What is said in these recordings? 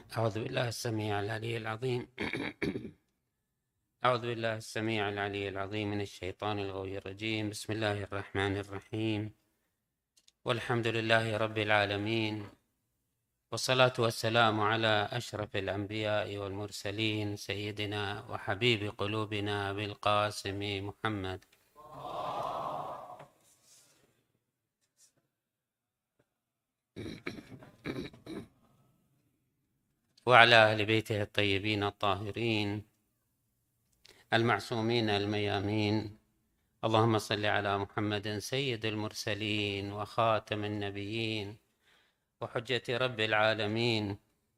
أعوذ بالله السميع العلي العظيم أعوذ بالله السميع العلي العظيم من الشيطان الغوي الرجيم. بسم الله الرحمن الرحيم، والحمد لله رب العالمين، والصلاة والسلام على أشرف الأنبياء والمرسلين، سيدنا وحبيب قلوبنا بالقاسم محمد وعلى أهل بيته الطيبين الطاهرين المعصومين الميامين. اللهم صل على محمد سيد المرسلين وخاتم النبيين وحجة رب العالمين،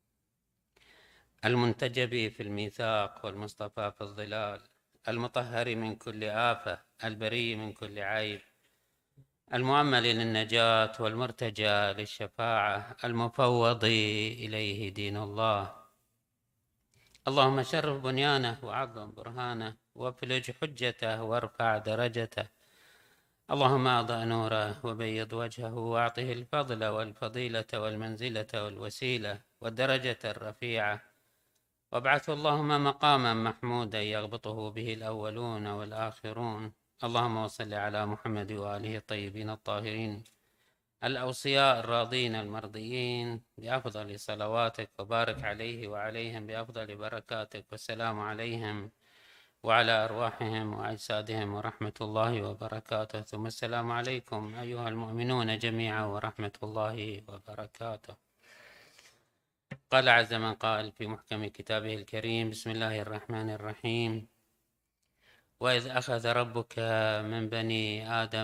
المنتجب في الميثاق والمصطفى في الظلال، المطهر من كل آفة، البريء من كل عيب، المؤمل للنجاة والمرتجى للشفاعة، المفوض إليه دين الله. اللهم شرف بنيانه وعظم برهانه وافلج حجته وارفع درجته. اللهم أضع نوره وبيض وجهه وأعطه الفضل والفضيلة والمنزلة والوسيلة والدرجة الرفيعة، وابعثه اللهم مقاما محمودا يغبطه به الأولون والآخرون. اللهم صل على محمد وآله الطيبين الطاهرين الأوصياء الراضين المرضيين بأفضل صلواتك، وبارك عليه وعليهم بأفضل بركاتك، والسلام عليهم وعلى أرواحهم وأجسادهم ورحمة الله وبركاته. ثم السلام عليكم أيها المؤمنون جميعا ورحمة الله وبركاته. قال عز من قال في محكم كتابه الكريم: بسم الله الرحمن الرحيم. وإذ أخذ ربك من بني آدم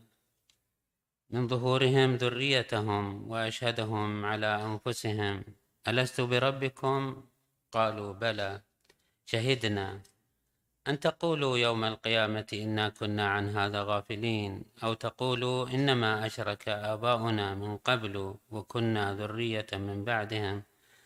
من ظهورهم ذريتهم وأشهدهم على أنفسهم ألست بربكم؟ قالوا بلى شهدنا أن تقولوا يوم القيامة إنا كنا عن هذا غافلين، أو تقولوا إنما أشرك آباؤنا من قبل وكنا ذرية من بعدهم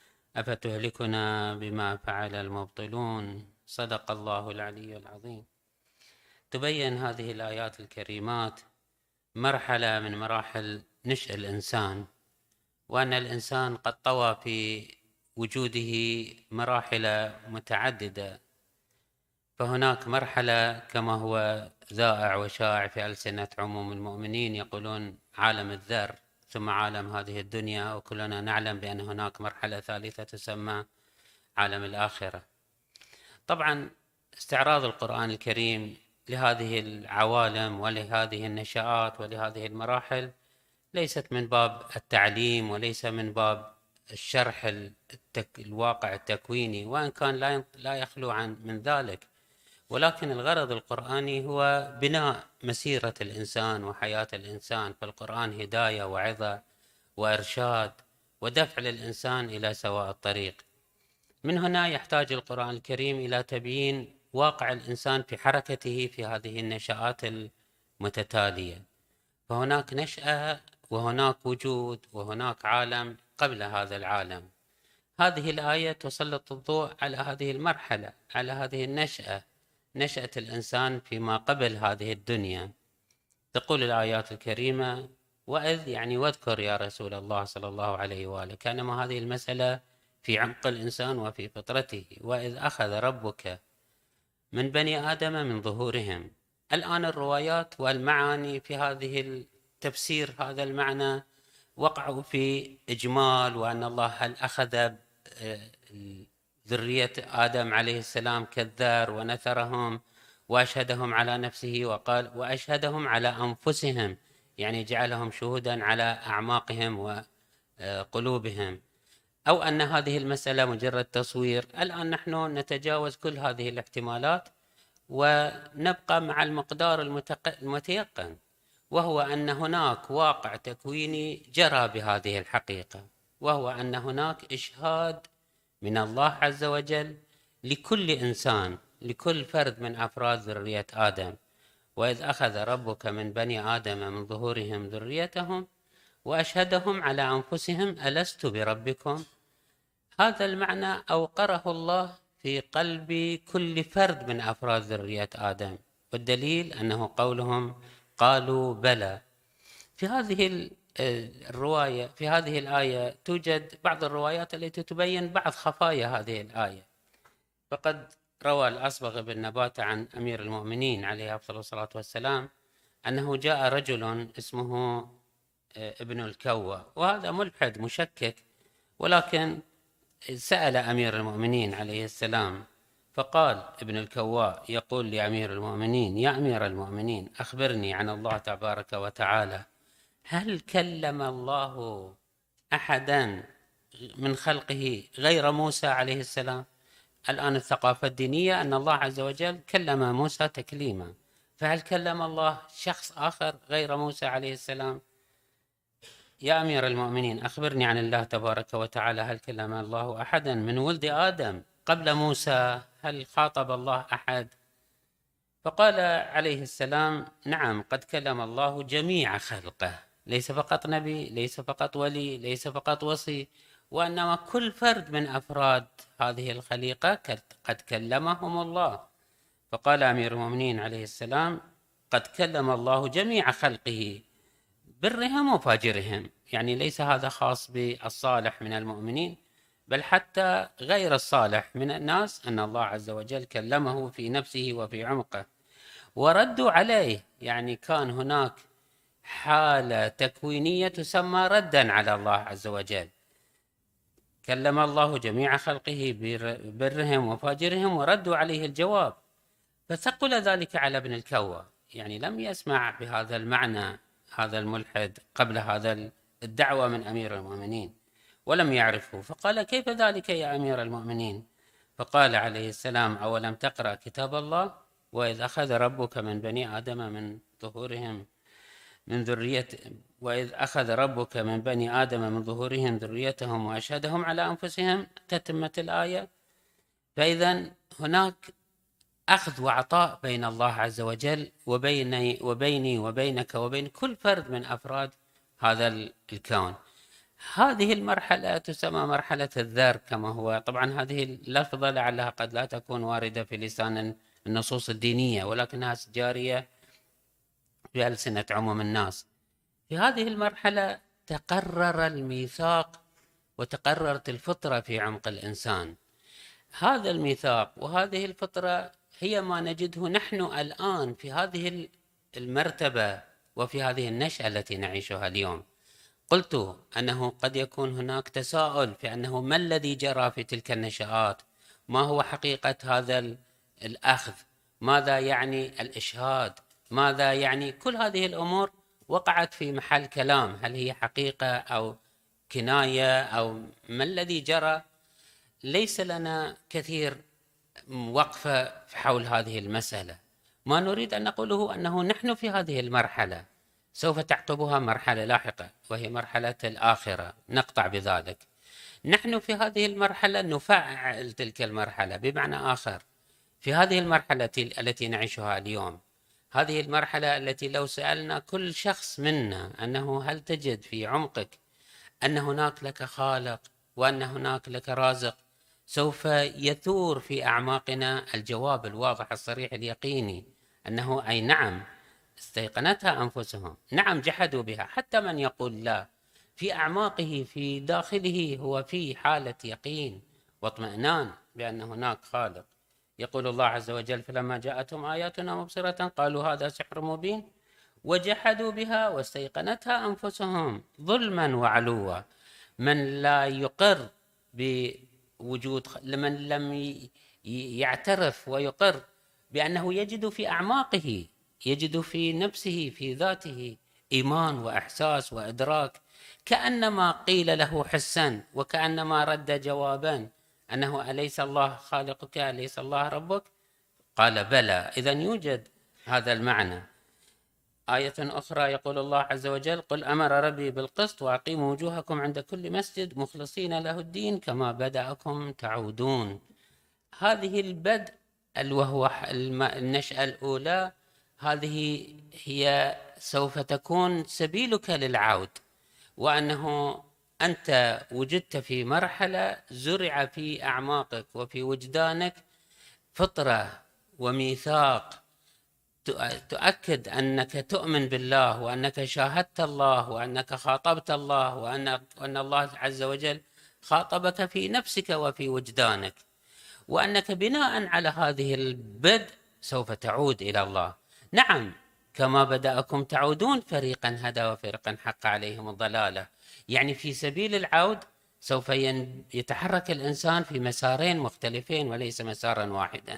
أفتهلكنا بما فعل المبطلون. صدق الله العلي العظيم. تبين هذه الآيات الكريمات مرحلة من مراحل نشأ الإنسان، وأن الإنسان قد طوى في وجوده مراحل متعددة. فهناك مرحلة كما هو ذائع وشائع في ألسنة عموم المؤمنين، يقولون عالم الذر، ثم عالم هذه الدنيا، وكلنا نعلم بأن هناك مرحلة ثالثة تسمى عالم الآخرة. طبعا استعراض القرآن الكريم لهذه العوالم ولهذه النشآت ولهذه المراحل ليست من باب التعليم وليس من باب الشرح الواقع التكويني، وإن كان لا يخلو من ذلك، ولكن الغرض القرآني هو بناء مسيرة الإنسان وحياة الإنسان. فالقرآن هداية وعظة وإرشاد ودفع للإنسان إلى سواء الطريق. من هنا يحتاج القرآن الكريم إلى تبيين واقع الإنسان في حركته في هذه النشآت المتتالية. فهناك نشأة وهناك وجود وهناك عالم قبل هذا العالم. هذه الآية تسلط الضوء على هذه المرحلة، على هذه النشأة، نشأة الإنسان فيما قبل هذه الدنيا. تقول الآيات الكريمة: وإذ، يعني واذكر يا رسول الله صلى الله عليه وآله، كأنما هذه المسألة في عمق الإنسان وفي فطرته. وإذ أخذ ربك من بني آدم من ظهورهم. الآن الروايات والمعاني في هذه التفسير هذا المعنى وقعوا في إجمال، وأن الله هل أخذ ذرية آدم عليه السلام كالذر ونثرهم وأشهدهم على نفسه، وقال وأشهدهم على أنفسهم، يعني جعلهم شهودا على أعماقهم وقلوبهم، أو أن هذه المسألة مجرد تصوير. الآن نحن نتجاوز كل هذه الاحتمالات ونبقى مع المقدار المتيقن، وهو أن هناك واقع تكويني جرى بهذه الحقيقة، وهو أن هناك إشهاد من الله عز وجل لكل إنسان، لكل فرد من أفراد ذرية آدم. وإذ أخذ ربك من بني آدم من ظهورهم ذريتهم وأشهدهم على أنفسهم ألست بربكم. هذا المعنى أوقره الله في قلب كل فرد من أفراد ذرية آدم، والدليل أنه قولهم قالوا بلى. في هذه الرواية في هذه الآية توجد بعض الروايات التي تبين بعض خفايا هذه الآية. فقد روى الأصبغ بن نباتة عن أمير المؤمنين عليه أفضل الصلاة والسلام أنه جاء رجل اسمه ابن الكوى، وهذا ملحد مشكك، ولكن سأل أمير المؤمنين عليه السلام، فقال ابن الكواء يقول لأمير المؤمنين: يا أمير المؤمنين، أخبرني عن الله تبارك وتعالى، هل كلم الله أحدا من خلقه غير موسى عليه السلام؟ الآن الثقافة الدينية أن الله عز وجل كلم موسى تكليما، فهل كلم الله شخص آخر غير موسى عليه السلام؟ يا أمير المؤمنين، أخبرني عن الله تبارك وتعالى، هل كلم الله أحدا من ولد آدم قبل موسى؟ هل خاطب الله أحد؟ فقال عليه السلام: نعم، قد كلم الله جميع خلقه، ليس فقط نبي، ليس فقط ولي، ليس فقط وصي، وإنما كل فرد من أفراد هذه الخليقة قد كلمهم الله. فقال أمير المؤمنين عليه السلام: قد كلم الله جميع خلقه، برهم وفاجرهم، يعني ليس هذا خاص بالصالح من المؤمنين، بل حتى غير الصالح من الناس، أن الله عز وجل كلمه في نفسه وفي عمقه. وردوا عليه، يعني كان هناك حالة تكوينية تسمى ردا على الله عز وجل. كلم الله جميع خلقه برهم وفاجرهم، وردوا عليه الجواب، فثقل ذلك على ابن الكوى، يعني لم يسمع بهذا المعنى هذا الملحد قبل هذا الدعوة من أمير المؤمنين، ولم يعرفه، فقال: كيف ذلك يا أمير المؤمنين؟ فقال عليه السلام: أولم تقرأ كتاب الله؟ وإذ أخذ ربك من بني آدم من ظهورهم وإذ أخذ ربك من بني آدم من ظهورهم ذريتهم وأشهدهم على أنفسهم، تتمت الآية. فإذا هناك أخذ وعطاء بين الله عز وجل وبيني وبينك وبين كل فرد من أفراد هذا الكون. هذه المرحلة تسمى مرحلة الذر، كما هو طبعا هذه اللفظة لعلها قد لا تكون واردة في لسان النصوص الدينية، ولكنها جارية في ألسنة عموم الناس. في هذه المرحلة تقرر الميثاق وتقررت الفطرة في عمق الإنسان. هذا الميثاق وهذه الفطرة هي ما نجده نحن الآن في هذه المرتبة وفي هذه النشأة التي نعيشها اليوم. قلت أنه قد يكون هناك تساؤل في أنه ما الذي جرى في تلك النشآت، ما هو حقيقة هذا الأخذ، ماذا يعني الإشهاد، ماذا يعني كل هذه الأمور وقعت في محل كلام، هل هي حقيقة أو كناية أو ما الذي جرى؟ ليس لنا كثير وقفة حول هذه المسألة. ما نريد أن نقوله أنه نحن في هذه المرحلة سوف تعقبها مرحلة لاحقة، وهي مرحلة الآخرة، نقطع بذلك. نحن في هذه المرحلة نفعل تلك المرحلة، بمعنى آخر في هذه المرحلة التي نعيشها اليوم، هذه المرحلة التي لو سألنا كل شخص منا أنه هل تجد في عمقك أن هناك لك خالق وأن هناك لك رازق، سوف يثور في أعماقنا الجواب الواضح الصريح اليقيني أنه أي نعم، استيقنتها أنفسهم، نعم جحدوا بها. حتى من يقول لا، في أعماقه في داخله هو في حالة يقين واطمئنان بأن هناك خالق. يقول الله عز وجل: فلما جاءتهم آياتنا مبصرة قالوا هذا سحر مبين وجحدوا بها واستيقنتها أنفسهم ظلما وعلوا. من لا يقر بوجود، لمن لم يعترف ويقر بأنه يجد في أعماقه، يجد في نفسه في ذاته إيمان وإحساس وإدراك، كأنما قيل له حسا وكأنما رد جوابا أنه أليس الله خالقك، أليس الله ربك؟ قال بلى. إذن يوجد هذا المعنى. آية أخرى يقول الله عز وجل: قل أمر ربي بالقسط وأقيموا وجوهكم عند كل مسجد مخلصين له الدين كما بدأكم تعودون. هذه البدء وهو النشأة الأولى، هذه هي سوف تكون سبيلك للعود، وأنه أنت وجدت في مرحلة زرع في أعماقك وفي وجدانك فطرة وميثاق تؤكد أنك تؤمن بالله، وأنك شاهدت الله، وأنك خاطبت الله، وأن الله عز وجل خاطبك في نفسك وفي وجدانك، وأنك بناء على هذه البدء سوف تعود إلى الله. نعم، كما بدأكم تعودون، فريقا هدى وفريقا حق عليهم الضلالة. يعني في سبيل العود سوف يتحرك الإنسان في مسارين مختلفين وليس مسارا واحدا.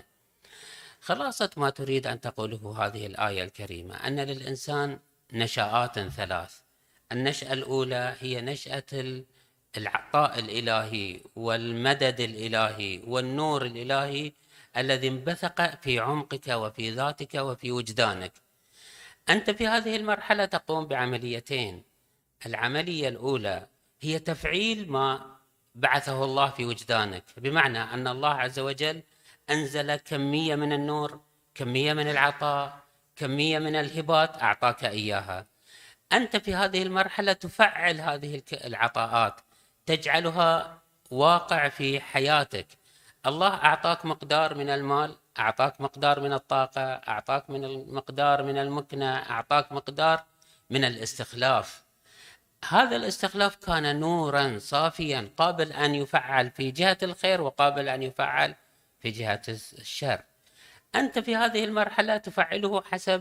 خلاصة ما تريد أن تقوله هذه الآية الكريمة أن للإنسان نشآت ثلاث. النشأة الأولى هي نشأة العطاء الإلهي والمدد الإلهي والنور الإلهي الذي انبثق في عمقك وفي ذاتك وفي وجدانك. أنت في هذه المرحلة تقوم بعمليتين. العملية الأولى هي تفعيل ما بعثه الله في وجدانك، بمعنى أن الله عز وجل أنزل كمية من النور، كمية من العطاء، كمية من الهبات أعطاك إياها. أنت في هذه المرحلة تفعل هذه العطاءات، تجعلها واقع في حياتك. الله أعطاك مقدار من المال، أعطاك مقدار من الطاقة، أعطاك مقدار من المكنة، أعطاك مقدار من الاستخلاف. هذا الاستخلاف كان نورا صافيا قابل أن يفعل في جهة الخير وقابل أن يفعل في جهة الشر. أنت في هذه المرحلة تفعله حسب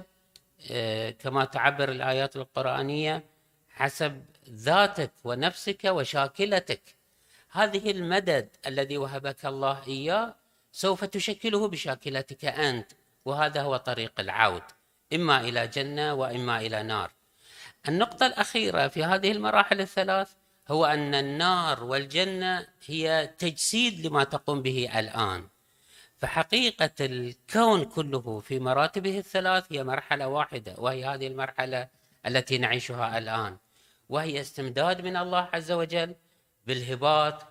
كما تعبر الآيات القرآنية حسب ذاتك ونفسك وشاكلتك. هذه المدد الذي وهبك الله إياه سوف تشكله بشاكلتك أنت، وهذا هو طريق العود، إما إلى جنة وإما إلى نار. النقطة الأخيرة في هذه المراحل الثلاث هو أن النار والجنة هي تجسيد لما تقوم به الآن. فحقيقة الكون كله في مراتبه الثلاث هي مرحلة واحدة، وهي هذه المرحلة التي نعيشها الآن، وهي استمداد من الله عز وجل بالهبات.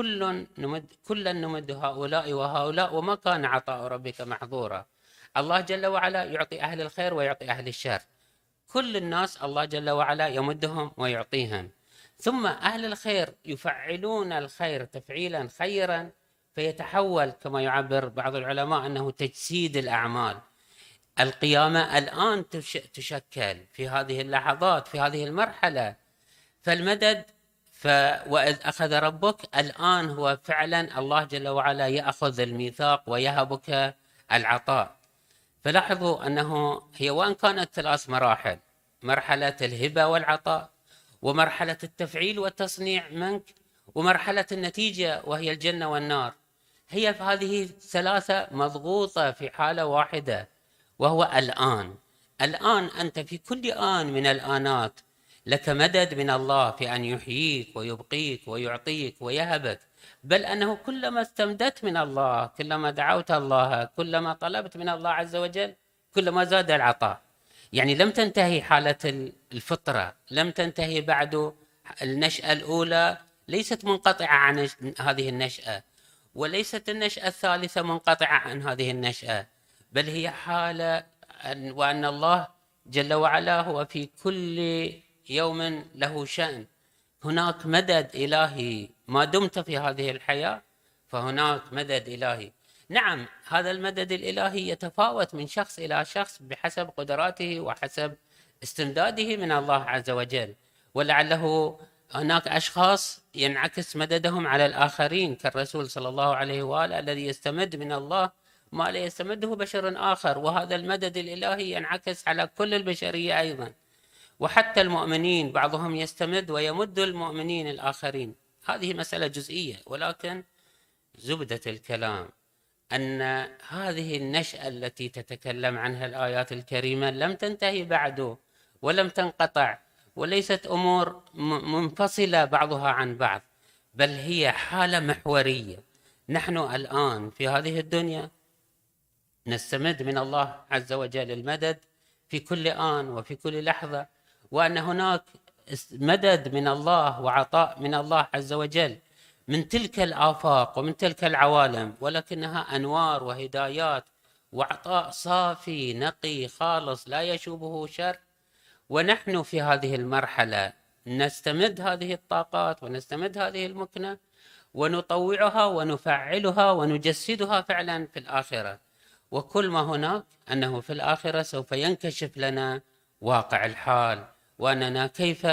كلا نمد هؤلاء وهؤلاء وما كان عطاء ربك محظورا. الله جل وعلا يعطي أهل الخير ويعطي أهل الشر. كل الناس الله جل وعلا يمدهم ويعطيهم، ثم أهل الخير يفعلون الخير تفعيلا خيرا فيتحول كما يعبر بعض العلماء أنه تجسيد الأعمال. القيامة الآن تشكل في هذه اللحظات في هذه المرحلة. فالمدد وإذ أخذ ربك الآن هو فعلا الله جل وعلا يأخذ الميثاق ويهبك العطاء. فلاحظوا أنه هي وإن كانت ثلاث مراحل، مرحلة الهبة والعطاء، ومرحلة التفعيل والتصنيع منك، ومرحلة النتيجة وهي الجنة والنار، هي في هذه الثلاثة مضغوطة في حالة واحدة، وهو الآن أنت في كل آن من الآنات لك مدد من الله في أن يحييك ويبقيك ويعطيك ويهبك. بل أنه كلما استمدت من الله، كلما دعوت الله، كلما طلبت من الله عز وجل، كلما زاد العطاء. يعني لم تنتهي حالة الفطرة، لم تنتهي بعد النشأة الأولى، ليست منقطعة عن هذه النشأة، وليست النشأة الثالثة منقطعة عن هذه النشأة، بل هي حالة وأن الله جل وعلا هو في كل يوم له شأن. هناك مدد إلهي ما دمت في هذه الحياة، فهناك مدد إلهي. نعم، هذا المدد الإلهي يتفاوت من شخص إلى شخص بحسب قدراته وحسب استمداده من الله عز وجل، ولعله هناك أشخاص ينعكس مددهم على الآخرين كالرسول صلى الله عليه وآله الذي يستمد من الله ما لا يستمده بشر آخر، وهذا المدد الإلهي ينعكس على كل البشرية أيضا. وحتى المؤمنين بعضهم يستمد ويمد المؤمنين الآخرين. هذه مسألة جزئية، ولكن زبدة الكلام أن هذه النشأة التي تتكلم عنها الآيات الكريمة لم تنتهي بعد ولم تنقطع، وليست أمور منفصلة بعضها عن بعض، بل هي حالة محورية. نحن الآن في هذه الدنيا نستمد من الله عز وجل المدد في كل آن وفي كل لحظة، وأن هناك مدد من الله وعطاء من الله عز وجل من تلك الآفاق ومن تلك العوالم، ولكنها أنوار وهدايات وعطاء صافي نقي خالص لا يشوبه شر. ونحن في هذه المرحلة نستمد هذه الطاقات ونستمد هذه المكنة ونطوعها ونفعلها ونجسدها فعلا في الآخرة. وكل ما هناك أنه في الآخرة سوف ينكشف لنا واقع الحال، وأننا كيف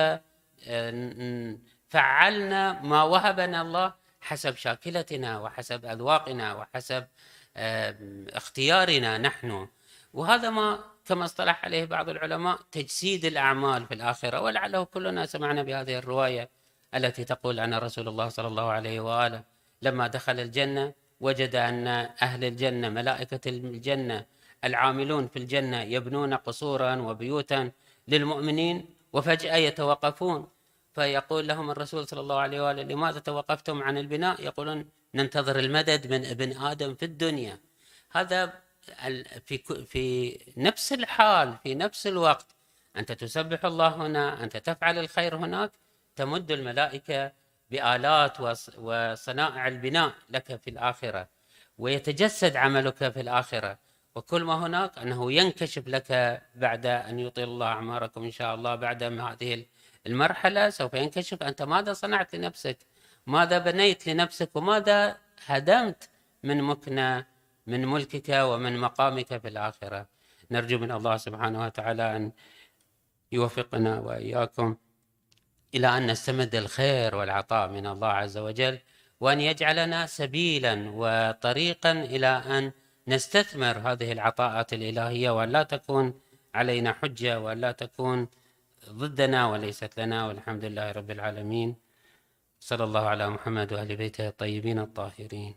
فعلنا ما وهبنا الله حسب شاكلتنا وحسب أذواقنا وحسب اختيارنا نحن. وهذا ما كما اصطلح عليه بعض العلماء تجسيد الأعمال في الآخرة. ولعله كلنا سمعنا بهذه الرواية التي تقول أن رسول الله صلى الله عليه وآله لما دخل الجنة وجد أن أهل الجنة ملائكة الجنة العاملون في الجنة يبنون قصورا وبيوتا للمؤمنين، وفجأة يتوقفون، فيقول لهم الرسول صلى الله عليه وآله: لماذا توقفتم عن البناء؟ يقولون: ننتظر المدد من ابن آدم في الدنيا. هذا في نفس الحال، في نفس الوقت أنت تسبح الله هنا، أنت تفعل الخير هناك، تمد الملائكة بآلات وصنائع البناء لك في الآخرة، ويتجسد عملك في الآخرة. وكل ما هناك أنه ينكشف لك بعد أن يطيل الله أعماركم إن شاء الله، بعد هذه المرحلة سوف ينكشف أنت ماذا صنعت لنفسك، ماذا بنيت لنفسك، وماذا هدمت من مكنة من ملكك ومن مقامك في الآخرة. نرجو من الله سبحانه وتعالى أن يوفقنا وإياكم إلى أن نستمد الخير والعطاء من الله عز وجل، وأن يجعلنا سبيلا وطريقا إلى أن نستثمر هذه العطاءات الإلهية، وأن لا تكون علينا حجة، وأن لا تكون ضدنا وليست لنا. والحمد لله رب العالمين. صلى الله على محمد وآل بيته الطيبين الطاهرين.